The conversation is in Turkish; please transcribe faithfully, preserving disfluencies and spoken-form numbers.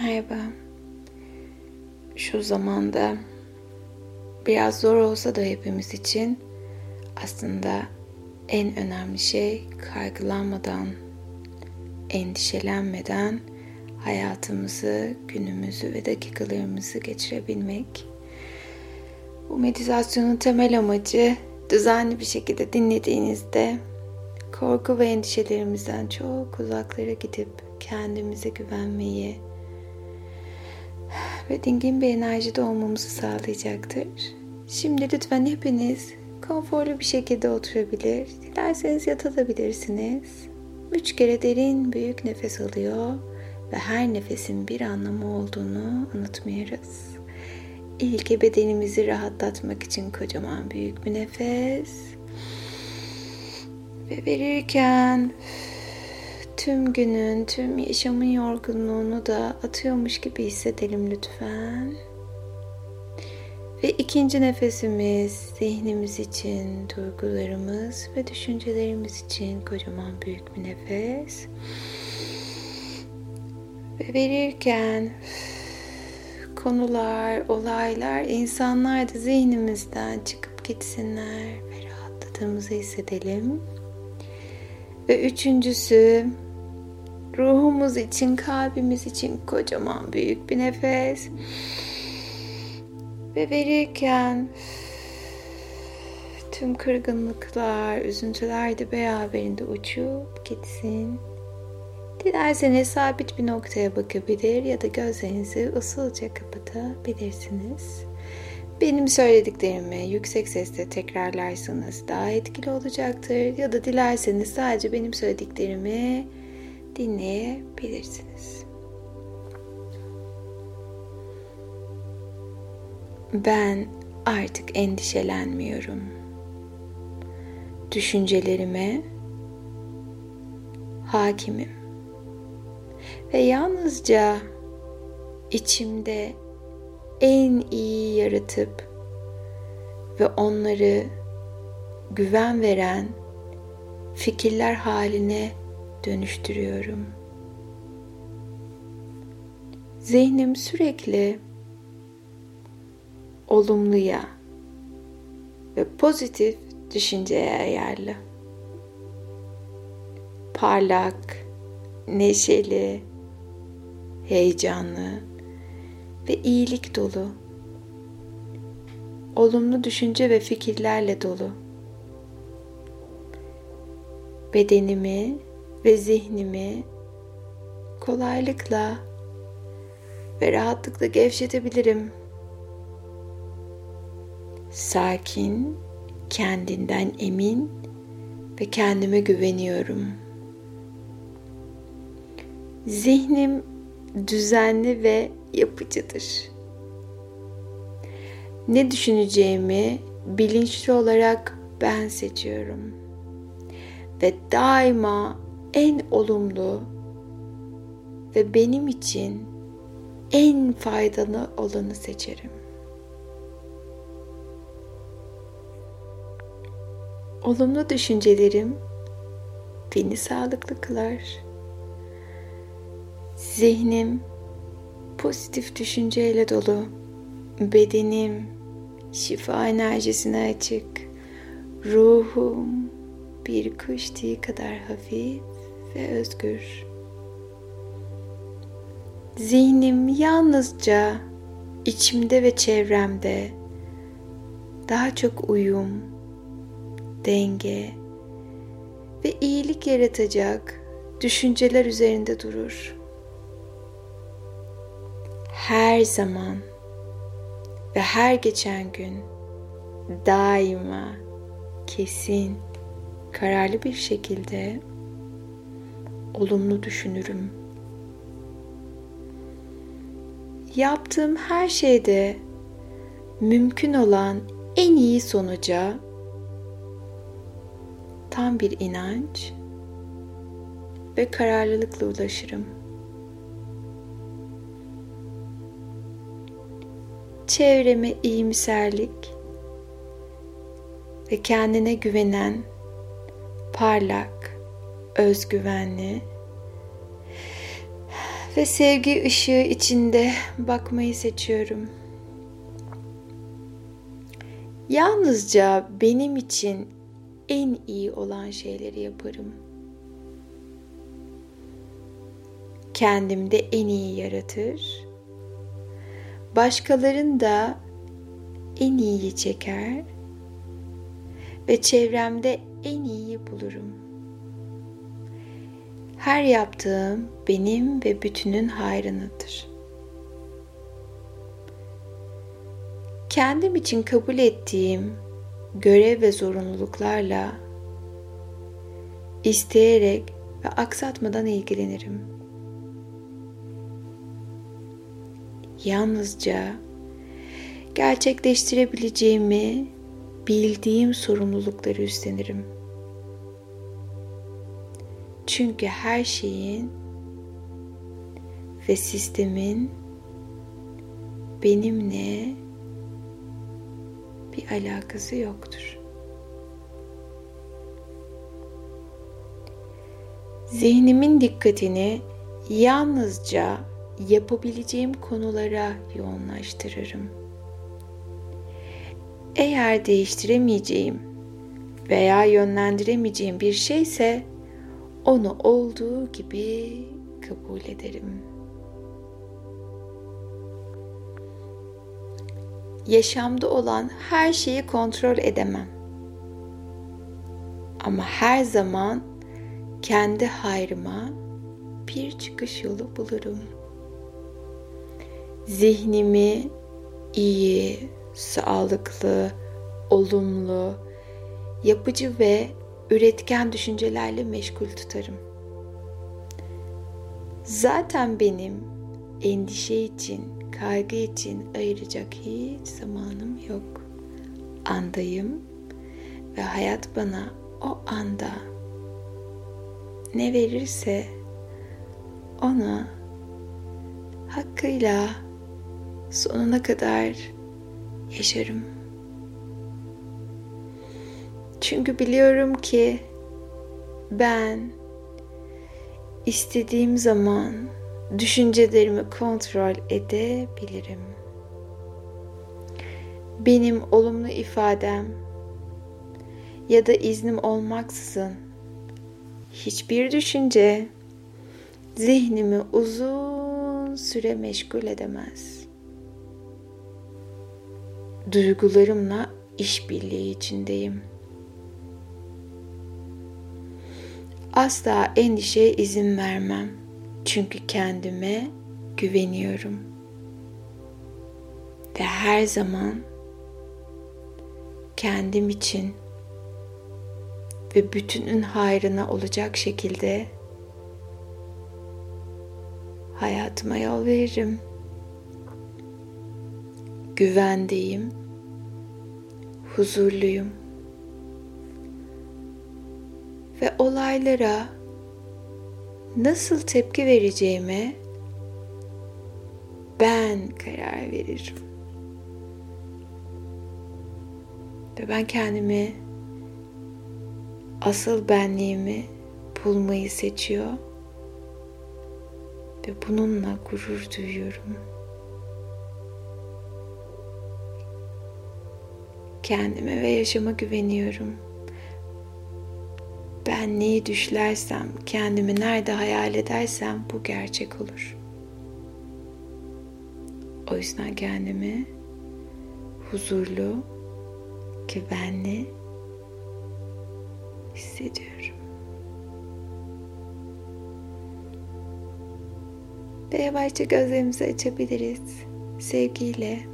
Merhaba. Şu zamanda biraz zor olsa da hepimiz için aslında en önemli şey kaygılanmadan, endişelenmeden hayatımızı, günümüzü ve dakikalarımızı geçirebilmek. Bu meditasyonun temel amacı düzenli bir şekilde dinlediğinizde korku ve endişelerimizden çok uzaklara gidip kendimize güvenmeyi ve dingin bir enerjide olmamızı sağlayacaktır. Şimdi lütfen hepiniz konforlu bir şekilde oturabilir, dilerseniz yatabilirsiniz. Üç kere derin büyük nefes alıyor ve her nefesin bir anlamı olduğunu unutmuyoruz. İlk bedenimizi rahatlatmak için kocaman büyük bir nefes ve verirken tüm günün, tüm yaşamın yorgunluğunu da atıyormuş gibi hissedelim lütfen. Ve ikinci nefesimiz zihnimiz için, duygularımız ve düşüncelerimiz için kocaman büyük bir nefes. Ve verirken konular, olaylar, insanlar da zihnimizden çıkıp gitsinler ve rahatladığımızı hissedelim. Ve üçüncüsü ruhumuz için, kalbimiz için kocaman büyük bir nefes. Ve verirken tüm kırgınlıklar, üzüntüler de beraberinde uçup gitsin. Dilerseniz sabit bir noktaya bakabilir ya da gözlerinizi usulca kapatabilirsiniz. Benim söylediklerimi yüksek sesle tekrarlarsanız daha etkili olacaktır ya da dilerseniz sadece benim söylediklerimi dinleyebilirsiniz. Ben artık endişelenmiyorum. Düşüncelerime hakimim. Ve yalnızca içimde en iyi yaratıp ve onları güven veren fikirler haline dönüştürüyorum. Zihnim sürekli olumluya ve pozitif düşünceye ayarlı. Parlak, neşeli, heyecanlı ve iyilik dolu. Olumlu düşünce ve fikirlerle dolu. Bedenimi ve zihnimi kolaylıkla ve rahatlıkla gevşetebilirim. Sakin, kendinden emin ve kendime güveniyorum. Zihnim düzenli ve yapıcıdır. Ne düşüneceğimi bilinçli olarak ben seçiyorum. Ve daima en olumlu ve benim için en faydalı olanı seçerim. Olumlu düşüncelerim beni sağlıklı kılar. Zihnim pozitif düşünceyle dolu. Bedenim şifa enerjisine açık. Ruhum bir kuş tüyü kadar hafif ve özgür. Zihnim yalnızca içimde ve çevremde daha çok uyum, denge ve iyilik yaratacak düşünceler üzerinde durur. Her zaman ve her geçen gün daima kesin, kararlı bir şekilde olumlu düşünürüm. Yaptığım her şeyde mümkün olan en iyi sonuca tam bir inanç ve kararlılıkla ulaşırım. Çevreme iyimserlik ve kendine güvenen, parlak, özgüvenli Ve sevgi ışığı içinde bakmayı seçiyorum. Yalnızca benim için en iyi olan şeyleri yaparım. Kendimde en iyi yaratır, başkalarını da en iyiyi çeker ve çevremde en iyiyi bulurum. Her yaptığım benim ve bütünün hayrınadır. Kendim için kabul ettiğim görev ve zorunluluklarla isteyerek ve aksatmadan ilgilenirim. Yalnızca gerçekleştirebileceğimi bildiğim sorumlulukları üstlenirim. Çünkü her şeyin ve sistemin benimle bir alakası yoktur. Zihnimin dikkatini yalnızca yapabileceğim konulara yoğunlaştırırım. Eğer değiştiremeyeceğim veya yönlendiremeyeceğim bir şeyse onu olduğu gibi kabul ederim. Yaşamda olan her şeyi kontrol edemem. Ama her zaman kendi hayrıma bir çıkış yolu bulurum. Zihnimi iyi, sağlıklı, olumlu, yapıcı ve üretken düşüncelerle meşgul tutarım. Zaten benim endişe için, kaygı için ayıracak hiç zamanım yok. Andayım ve hayat bana o anda ne verirse onu hakkıyla sonuna kadar yaşarım. Çünkü biliyorum ki ben istediğim zaman düşüncelerimi kontrol edebilirim. Benim olumlu ifadem ya da iznim olmaksızın hiçbir düşünce zihnimi uzun süre meşgul edemez. Duygularımla işbirliği içindeyim. Asla endişeye izin vermem. Çünkü kendime güveniyorum. Ve her zaman kendim için ve bütünün hayrına olacak şekilde hayatıma yol veririm. Güvendeyim, huzurluyum. Ve olaylara nasıl tepki vereceğime ben karar veririm. Ve ben kendimi, asıl benliğimi bulmayı seçiyor ve bununla gurur duyuyorum. Kendime ve yaşama güveniyorum. Ben neyi düşlersem, kendimi nerede hayal edersem bu gerçek olur. O yüzden kendimi huzurlu, güvenli hissediyorum. Ve yavaşça gözlerimizi açabiliriz. Sevgiyle